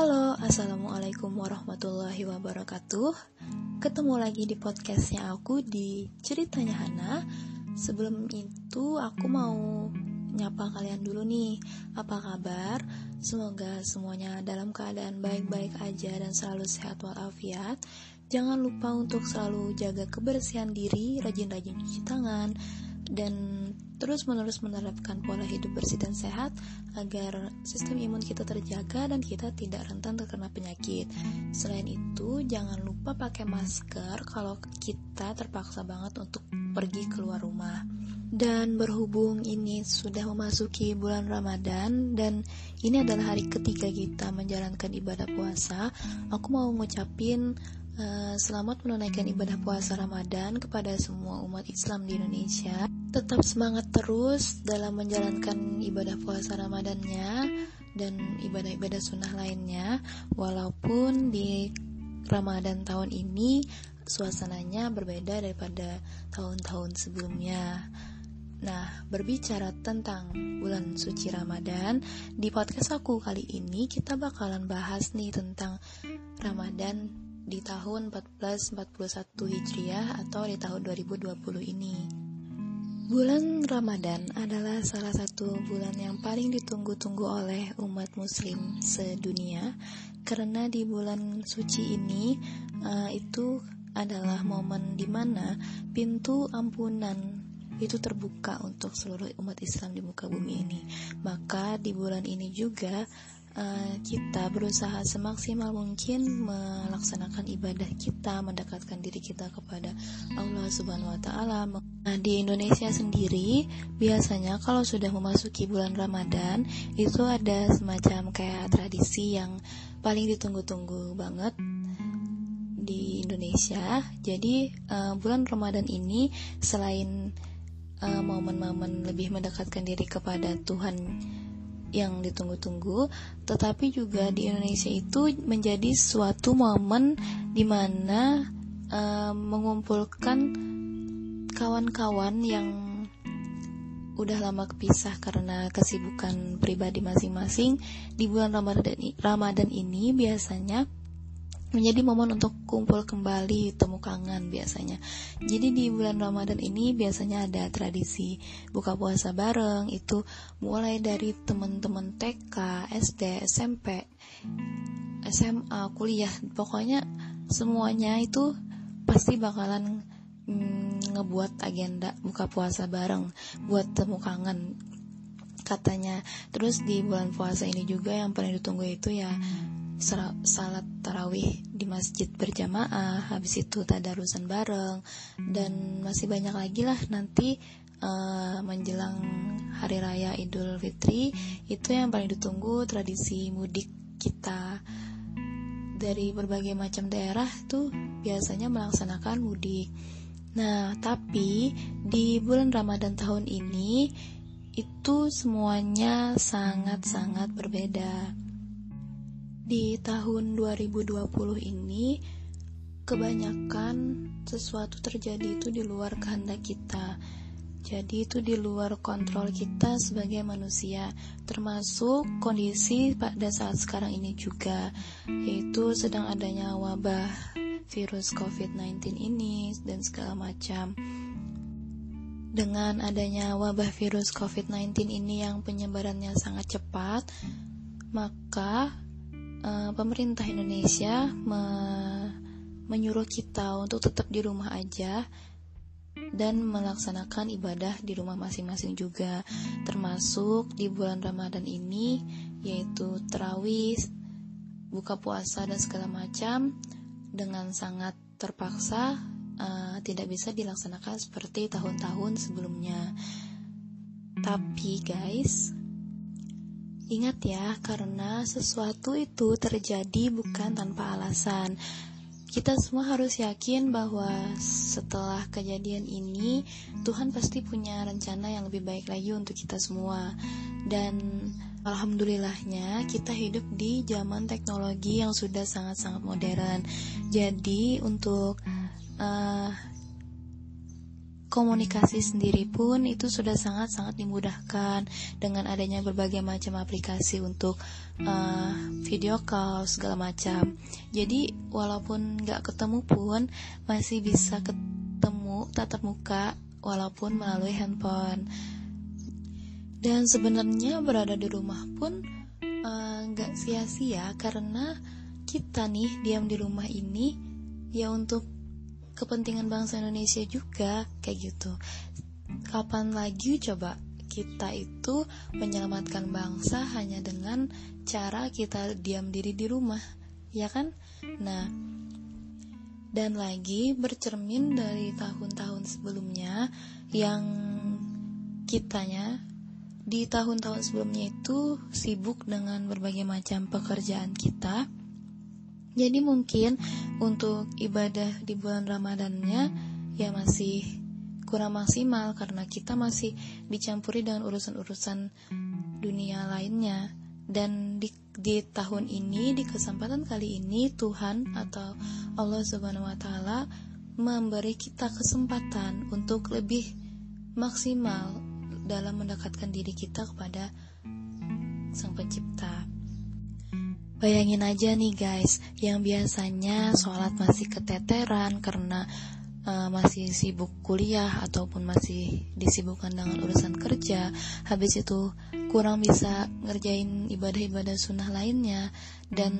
Halo, Assalamualaikum warahmatullahi wabarakatuh. Ketemu lagi di podcastnya aku di Ceritanya Hana. Sebelum itu aku mau nyapa kalian dulu nih. Apa kabar? Semoga semuanya dalam keadaan baik-baik aja dan selalu sehat walafiat. Jangan lupa untuk selalu jaga kebersihan diri, rajin-rajin cuci tangan, dan terus-menerus menerapkan pola hidup bersih dan sehat agar sistem imun kita terjaga dan kita tidak rentan terkena penyakit. Selain itu, jangan lupa pakai masker kalau kita terpaksa banget untuk pergi keluar rumah. Dan berhubung ini sudah memasuki bulan Ramadan dan ini adalah hari ketiga kita menjalankan ibadah puasa, aku mau ngucapin selamat menunaikan ibadah puasa Ramadan kepada semua umat Islam di Indonesia. Tetap semangat terus dalam menjalankan ibadah puasa Ramadannya dan ibadah-ibadah sunnah lainnya, walaupun di Ramadan tahun ini suasananya berbeda daripada tahun-tahun sebelumnya. Nah, berbicara tentang bulan suci Ramadan, di podcast aku kali ini kita bakalan bahas nih tentang Ramadan di tahun 1441 Hijriah atau di tahun 2020 ini. Bulan Ramadan adalah salah satu bulan yang paling ditunggu-tunggu oleh umat muslim sedunia, karena di bulan suci ini itu adalah momen dimana pintu ampunan itu terbuka untuk seluruh umat Islam di muka bumi ini. Maka di bulan ini juga kita berusaha semaksimal mungkin melaksanakan ibadah kita, mendekatkan diri kita kepada Allah Subhanahu wa Ta'ala. Nah, di Indonesia sendiri biasanya kalau sudah memasuki bulan Ramadan itu ada semacam kayak tradisi yang paling ditunggu-tunggu banget di Indonesia. Jadi bulan Ramadan ini selain momen-momen lebih mendekatkan diri kepada Tuhan yang ditunggu-tunggu, tetapi juga di Indonesia itu menjadi suatu momen di mana mengumpulkan kawan-kawan yang udah lama kepisah karena kesibukan pribadi masing-masing. Di bulan Ramadan ini biasanya menjadi momen untuk kumpul kembali, temu kangen biasanya. Jadi di bulan Ramadan ini biasanya ada tradisi buka puasa bareng, itu mulai dari teman-teman TK, SD, SMP, SMA, kuliah, pokoknya semuanya itu pasti bakalan ngebuat agenda buka puasa bareng buat temu kangen katanya. Terus di bulan puasa ini juga yang paling ditunggu itu ya salat tarawih di masjid berjamaah, habis itu tadarusan bareng, dan masih banyak lagi lah nanti menjelang hari raya Idul Fitri. Itu yang paling ditunggu, tradisi mudik kita dari berbagai macam daerah tuh biasanya melaksanakan mudik. Nah, tapi di bulan Ramadan tahun ini itu semuanya sangat-sangat berbeda. Di tahun 2020 ini kebanyakan sesuatu terjadi itu di luar kehendak kita. Jadi itu di luar kontrol kita sebagai manusia, termasuk kondisi pada saat sekarang ini juga, yaitu sedang adanya wabah virus COVID-19 ini dan segala macam. Dengan adanya wabah virus COVID-19 ini yang penyebarannya sangat cepat, maka pemerintah Indonesia menyuruh kita untuk tetap di rumah aja dan melaksanakan ibadah di rumah masing-masing juga, termasuk di bulan Ramadan ini, yaitu tarawih, buka puasa dan segala macam dengan sangat terpaksa, tidak bisa dilaksanakan seperti tahun-tahun sebelumnya. Tapi guys, ingat ya, karena sesuatu itu terjadi bukan tanpa alasan. Kita semua harus yakin bahwa setelah kejadian ini Tuhan pasti punya rencana yang lebih baik lagi untuk kita semua. Dan alhamdulillahnya kita hidup di zaman teknologi yang sudah sangat-sangat modern. Jadi untuk komunikasi sendiri pun itu sudah sangat-sangat dimudahkan dengan adanya berbagai macam aplikasi untuk video call segala macam. Jadi walaupun gak ketemu pun masih bisa ketemu tatap muka walaupun melalui handphone. Dan sebenarnya berada di rumah pun gak sia-sia, karena kita nih diam di rumah ini ya untuk kepentingan bangsa Indonesia juga, kayak gitu. Kapan lagi coba kita itu menyelamatkan bangsa hanya dengan cara kita diam diri di rumah, ya kan? Nah, dan lagi bercermin dari tahun-tahun sebelumnya yang kitanya di tahun-tahun sebelumnya itu sibuk dengan berbagai macam pekerjaan kita. Jadi mungkin untuk ibadah di bulan Ramadannya ya masih kurang maksimal karena kita masih dicampuri dengan urusan-urusan dunia lainnya. Dan di tahun ini, di kesempatan kali ini, Tuhan atau Allah Subhanahu wa Ta'ala memberi kita kesempatan untuk lebih maksimal dalam mendekatkan diri kita kepada Sang Pencipta. Bayangin aja nih guys, yang biasanya sholat masih keteteran karena masih sibuk kuliah ataupun masih disibukkan dengan urusan kerja, habis itu kurang bisa ngerjain ibadah-ibadah sunnah lainnya, dan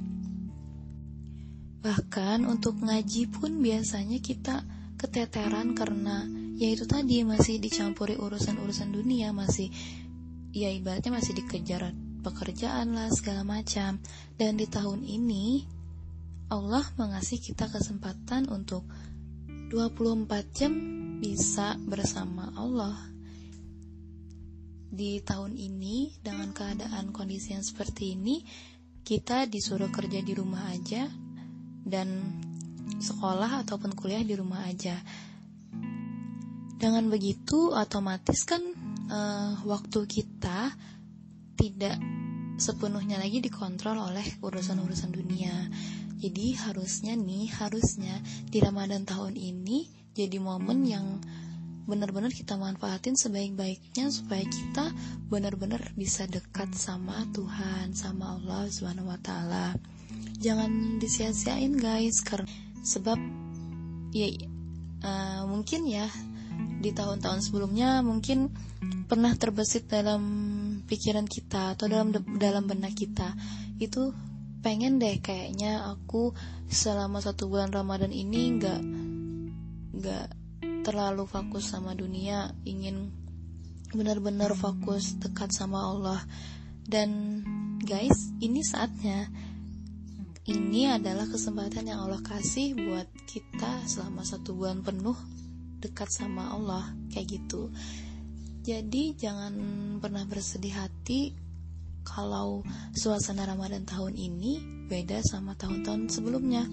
bahkan untuk ngaji pun biasanya kita keteteran karena yaitu tadi masih dicampuri urusan-urusan dunia, masih ya ibaratnya masih dikejar pekerjaan lah segala macam. Dan di tahun ini Allah mengasih kita kesempatan untuk 24 jam bisa bersama Allah. Di tahun ini dengan keadaan kondisi yang seperti ini, kita disuruh kerja di rumah aja dan sekolah ataupun kuliah di rumah aja. Dengan begitu otomatis kan waktu kita tidak sepenuhnya lagi dikontrol oleh urusan-urusan dunia. Jadi harusnya di Ramadan tahun ini jadi momen yang benar-benar kita manfaatin sebaik-baiknya supaya kita benar-benar bisa dekat sama Tuhan, sama Allah Subhanahu wa Ta'ala. Jangan disia-siain guys, sebab ya mungkin ya di tahun-tahun sebelumnya mungkin pernah terbesit dalam pikiran kita atau dalam benak kita itu pengen deh kayaknya aku selama 1 bulan Ramadan ini nggak terlalu fokus sama dunia, ingin benar-benar fokus dekat sama Allah. Dan guys, ini saatnya, ini adalah kesempatan yang Allah kasih buat kita selama 1 bulan penuh dekat sama Allah, kayak gitu. Jadi jangan pernah bersedih hati kalau suasana Ramadan tahun ini beda sama tahun-tahun sebelumnya.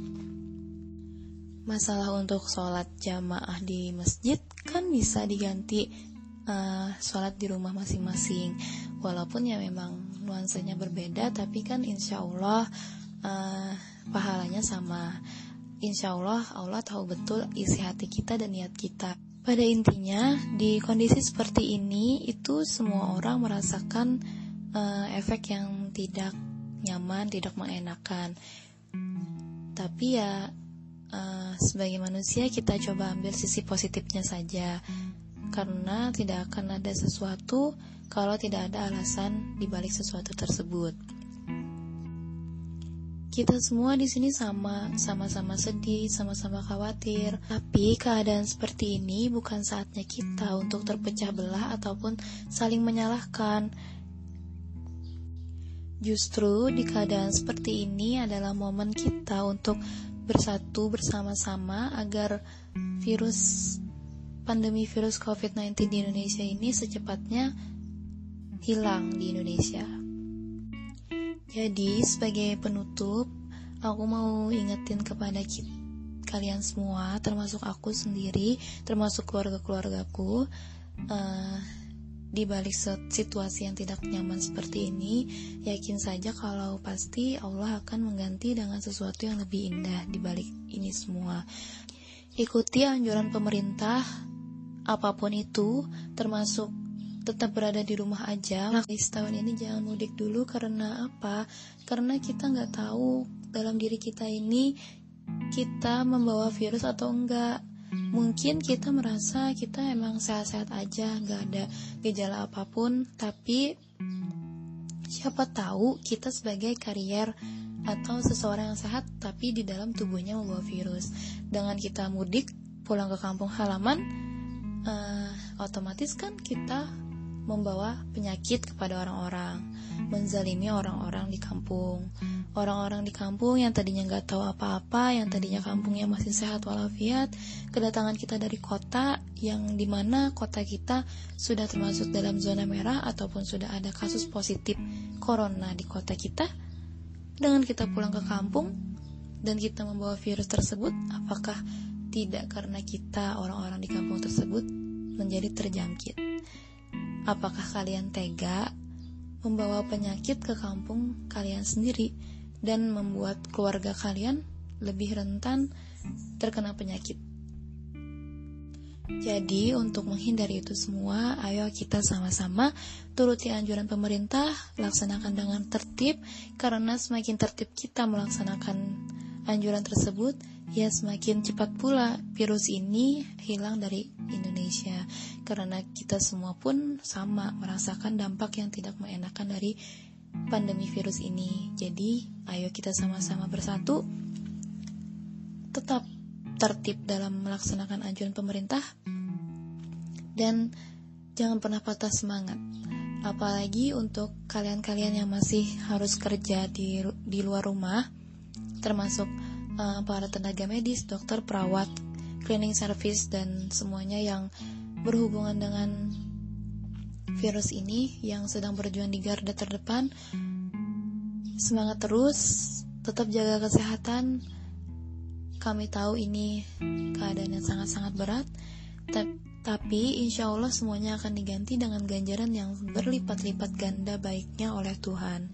Masalah untuk sholat jamaah di masjid kan bisa diganti sholat di rumah masing-masing. Walaupun ya memang nuansanya berbeda, tapi kan insya Allah pahalanya sama. Insya Allah Allah tahu betul isi hati kita dan niat kita. Pada intinya, di kondisi seperti ini, itu semua orang merasakan efek yang tidak nyaman, tidak mengenakan. Tapi ya, sebagai manusia kita coba ambil sisi positifnya saja. Karena tidak akan ada sesuatu kalau tidak ada alasan dibalik sesuatu tersebut. Kita semua di sini sama-sama sedih, sama-sama khawatir. Tapi keadaan seperti ini bukan saatnya kita untuk terpecah belah ataupun saling menyalahkan. Justru di keadaan seperti ini adalah momen kita untuk bersatu bersama-sama agar pandemi virus COVID-19 di Indonesia ini secepatnya hilang di Indonesia. Jadi sebagai penutup, aku mau ingetin kepada kalian semua, termasuk aku sendiri, termasuk keluarga-keluargaku, di balik situasi yang tidak nyaman seperti ini, yakin saja kalau pasti Allah akan mengganti dengan sesuatu yang lebih indah di balik ini semua. Ikuti anjuran pemerintah apapun itu, termasuk tetap berada di rumah aja. Setahun ini jangan mudik dulu. Karena apa? Karena kita nggak tahu dalam diri kita ini kita membawa virus atau enggak. Mungkin kita merasa kita emang sehat-sehat aja, nggak ada gejala apapun, tapi siapa tahu kita sebagai karier atau seseorang yang sehat tapi di dalam tubuhnya membawa virus. Dengan kita mudik pulang ke kampung halaman, otomatis kan kita membawa penyakit kepada orang-orang, menzalimi orang-orang di kampung. Orang-orang di kampung yang tadinya nggak tahu apa-apa, yang tadinya kampungnya masih sehat walafiat, kedatangan kita dari kota yang dimana kota kita sudah termasuk dalam zona merah ataupun sudah ada kasus positif corona di kota kita. Dengan kita pulang ke kampung dan kita membawa virus tersebut, apakah tidak karena kita orang-orang di kampung tersebut menjadi terjangkit? Apakah kalian tega membawa penyakit ke kampung kalian sendiri dan membuat keluarga kalian lebih rentan terkena penyakit? Jadi untuk menghindari itu semua, ayo kita sama-sama turuti anjuran pemerintah, laksanakan dengan tertib, karena semakin tertib kita melaksanakan anjuran tersebut, ya semakin cepat pula virus ini hilang dari Indonesia. Karena kita semua pun sama merasakan dampak yang tidak mengenakan dari pandemi virus ini. Jadi ayo kita sama-sama bersatu, tetap tertib dalam melaksanakan anjuran pemerintah, dan jangan pernah patah semangat. Apalagi untuk kalian-kalian yang masih harus kerja di luar rumah, termasuk para tenaga medis, dokter, perawat, cleaning service, dan semuanya yang berhubungan dengan virus ini, yang sedang berjuang di garda terdepan. Semangat terus, tetap jaga kesehatan. Kami tahu ini keadaan yang sangat-sangat berat, tapi insya Allah semuanya akan diganti dengan ganjaran yang berlipat-lipat ganda baiknya oleh Tuhan.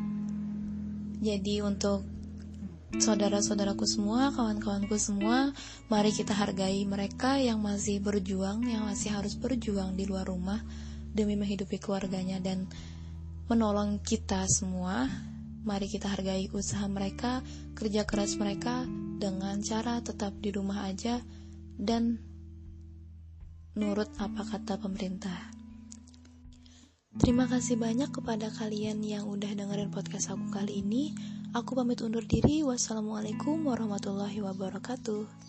Jadi untuk saudara-saudaraku semua, kawan-kawanku semua, mari kita hargai mereka yang masih berjuang, yang masih harus berjuang di luar rumah demi menghidupi keluarganya dan menolong kita semua. Mari kita hargai usaha mereka, kerja keras mereka dengan cara tetap di rumah aja dan nurut apa kata pemerintah. Terima kasih banyak kepada kalian yang udah dengerin podcast aku kali ini. Aku pamit undur diri. Wassalamualaikum warahmatullahi wabarakatuh.